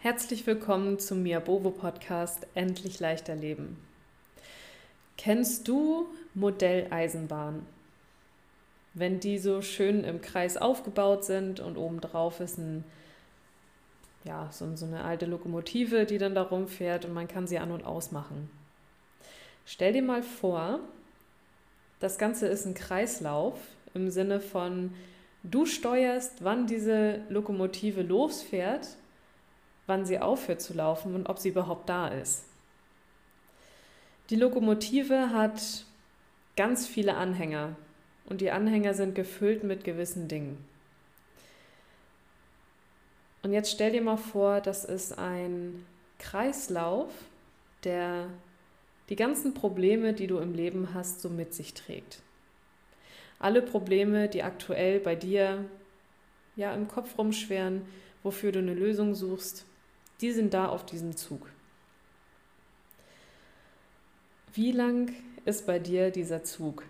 Herzlich willkommen zum Mia Bovo Podcast Endlich leichter leben. Kennst du Modelleisenbahn? Wenn die so schön im Kreis aufgebaut sind und obendrauf ist so eine alte Lokomotive, die dann da rumfährt und man kann sie an- und ausmachen. Stell dir mal vor, das Ganze ist ein Kreislauf im Sinne von, du steuerst, wann diese Lokomotive losfährt, wann sie aufhört zu laufen und ob sie überhaupt da ist. Die Lokomotive hat ganz viele Anhänger und die Anhänger sind gefüllt mit gewissen Dingen. Und jetzt stell dir mal vor, das ist ein Kreislauf, der die ganzen Probleme, die du im Leben hast, so mit sich trägt. Alle Probleme, die aktuell bei dir im Kopf rumschwirren, wofür du eine Lösung suchst, die sind da auf diesem Zug. Wie lang ist bei dir dieser Zug?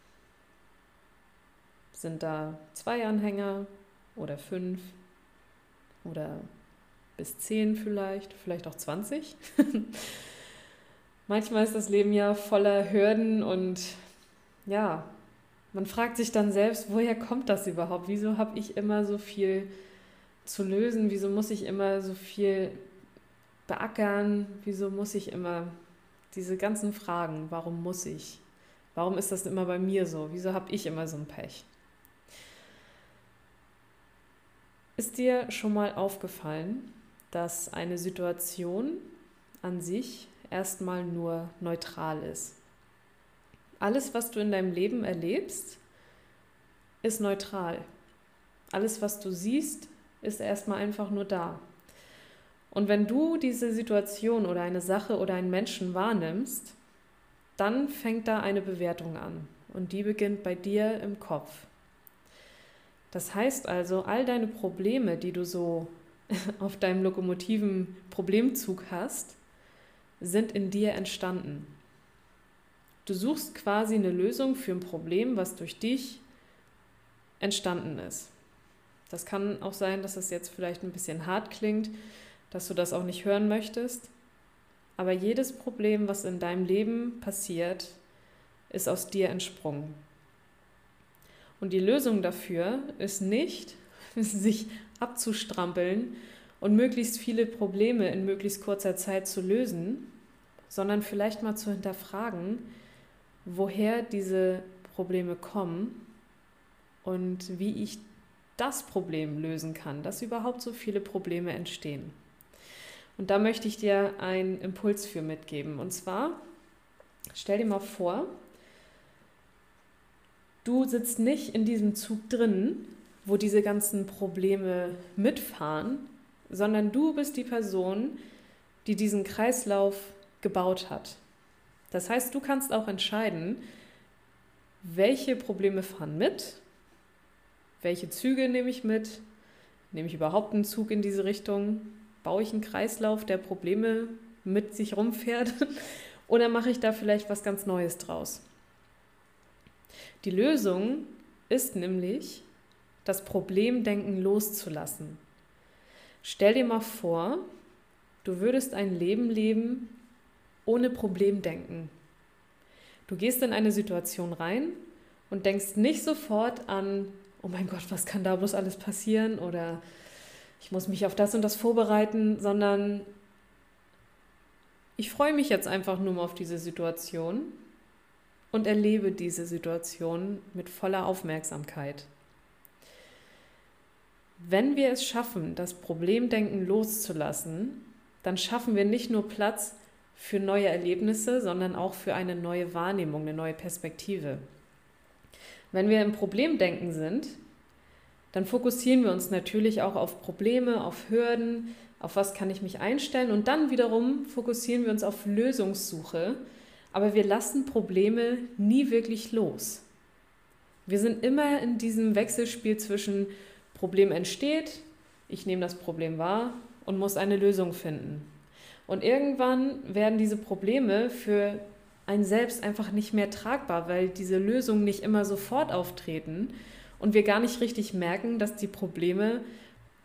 Sind da 2 Anhänger oder 5 oder bis 10 vielleicht auch 20? Manchmal ist das Leben ja voller Hürden und man fragt sich dann selbst, woher kommt das überhaupt? Wieso habe ich immer so viel zu lösen? Wieso muss ich immer so viel beackern? Wieso muss ich immer diese ganzen Fragen? Warum muss ich? Warum ist das immer bei mir so? Wieso habe ich immer so ein Pech? Ist dir schon mal aufgefallen, dass eine Situation an sich erstmal nur neutral ist? Alles, was du in deinem Leben erlebst, ist neutral. Alles, was du siehst, ist erstmal einfach nur da. Und wenn du diese Situation oder eine Sache oder einen Menschen wahrnimmst, dann fängt da eine Bewertung an. Und die beginnt bei dir im Kopf. Das heißt also, all deine Probleme, die du so auf deinem lokomotiven Problemzug hast, sind in dir entstanden. Du suchst quasi eine Lösung für ein Problem, was durch dich entstanden ist. Das kann auch sein, dass das jetzt vielleicht ein bisschen hart klingt, dass du das auch nicht hören möchtest. Aber jedes Problem, was in deinem Leben passiert, ist aus dir entsprungen. Und die Lösung dafür ist nicht, sich abzustrampeln und möglichst viele Probleme in möglichst kurzer Zeit zu lösen, sondern vielleicht mal zu hinterfragen, woher diese Probleme kommen und wie ich das Problem lösen kann, dass überhaupt so viele Probleme entstehen. Und da möchte ich dir einen Impuls für mitgeben. Und zwar, stell dir mal vor, du sitzt nicht in diesem Zug drin, wo diese ganzen Probleme mitfahren, sondern du bist die Person, die diesen Kreislauf gebaut hat. Das heißt, du kannst auch entscheiden, welche Probleme fahren mit, welche Züge nehme ich mit, nehme ich überhaupt einen Zug in diese Richtung, baue ich einen Kreislauf, der Probleme mit sich rumfährt oder mache ich da vielleicht was ganz Neues draus? Die Lösung ist nämlich, das Problemdenken loszulassen. Stell dir mal vor, du würdest ein Leben leben ohne Problemdenken. Du gehst in eine Situation rein und denkst nicht sofort an, oh mein Gott, was kann da bloß alles passieren oder ich muss mich auf das und das vorbereiten, sondern ich freue mich jetzt einfach nur mal auf diese Situation und erlebe diese Situation mit voller Aufmerksamkeit. Wenn wir es schaffen, das Problemdenken loszulassen, dann schaffen wir nicht nur Platz für neue Erlebnisse, sondern auch für eine neue Wahrnehmung, eine neue Perspektive. Wenn wir im Problemdenken sind, dann fokussieren wir uns natürlich auch auf Probleme, auf Hürden, auf was kann ich mich einstellen und dann wiederum fokussieren wir uns auf Lösungssuche, aber wir lassen Probleme nie wirklich los. Wir sind immer in diesem Wechselspiel zwischen Problem entsteht, ich nehme das Problem wahr und muss eine Lösung finden. Und irgendwann werden diese Probleme für einen selbst einfach nicht mehr tragbar, weil diese Lösungen nicht immer sofort auftreten und wir gar nicht richtig merken, dass die Probleme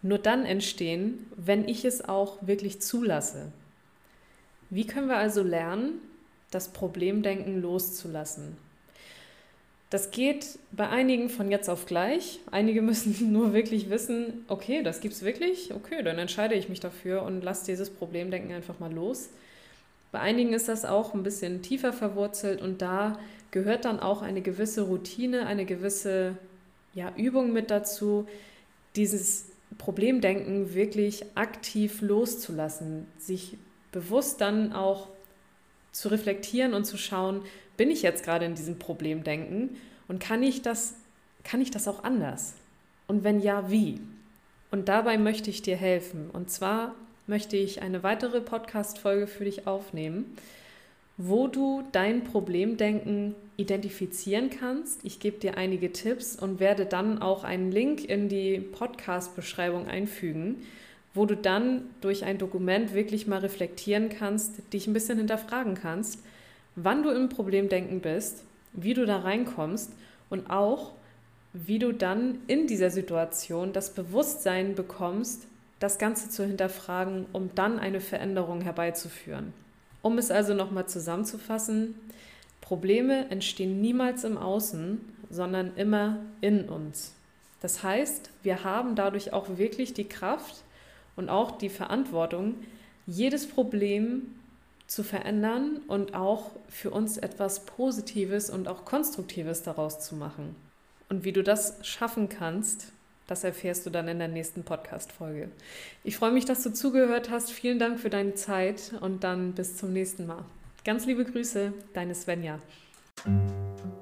nur dann entstehen, wenn ich es auch wirklich zulasse. Wie können wir also lernen, das Problemdenken loszulassen? Das geht bei einigen von jetzt auf gleich. Einige müssen nur wirklich wissen, okay, das gibt's wirklich, okay, dann entscheide ich mich dafür und lasse dieses Problemdenken einfach mal los. Bei einigen ist das auch ein bisschen tiefer verwurzelt und da gehört dann auch eine gewisse Routine, eine gewisse Übung mit dazu, dieses Problemdenken wirklich aktiv loszulassen, sich bewusst dann auch zu reflektieren und zu schauen, bin ich jetzt gerade in diesem Problemdenken und kann ich das auch anders? Und wenn ja, wie? Und dabei möchte ich dir helfen. Und zwar möchte ich eine weitere Podcast-Folge für dich aufnehmen, wo du dein Problemdenken identifizieren kannst. Ich gebe dir einige Tipps und werde dann auch einen Link in die Podcast-Beschreibung einfügen, wo du dann durch ein Dokument wirklich mal reflektieren kannst, dich ein bisschen hinterfragen kannst, wann du im Problemdenken bist, wie du da reinkommst und auch, wie du dann in dieser Situation das Bewusstsein bekommst, das Ganze zu hinterfragen, um dann eine Veränderung herbeizuführen. Um es also nochmal zusammenzufassen, Probleme entstehen niemals im Außen, sondern immer in uns. Das heißt, wir haben dadurch auch wirklich die Kraft und auch die Verantwortung, jedes Problem zu verändern und auch für uns etwas Positives und auch Konstruktives daraus zu machen. Und wie du das schaffen kannst, das erfährst du dann in der nächsten Podcast-Folge. Ich freue mich, dass du zugehört hast. Vielen Dank für deine Zeit und dann bis zum nächsten Mal. Ganz liebe Grüße, deine Svenja.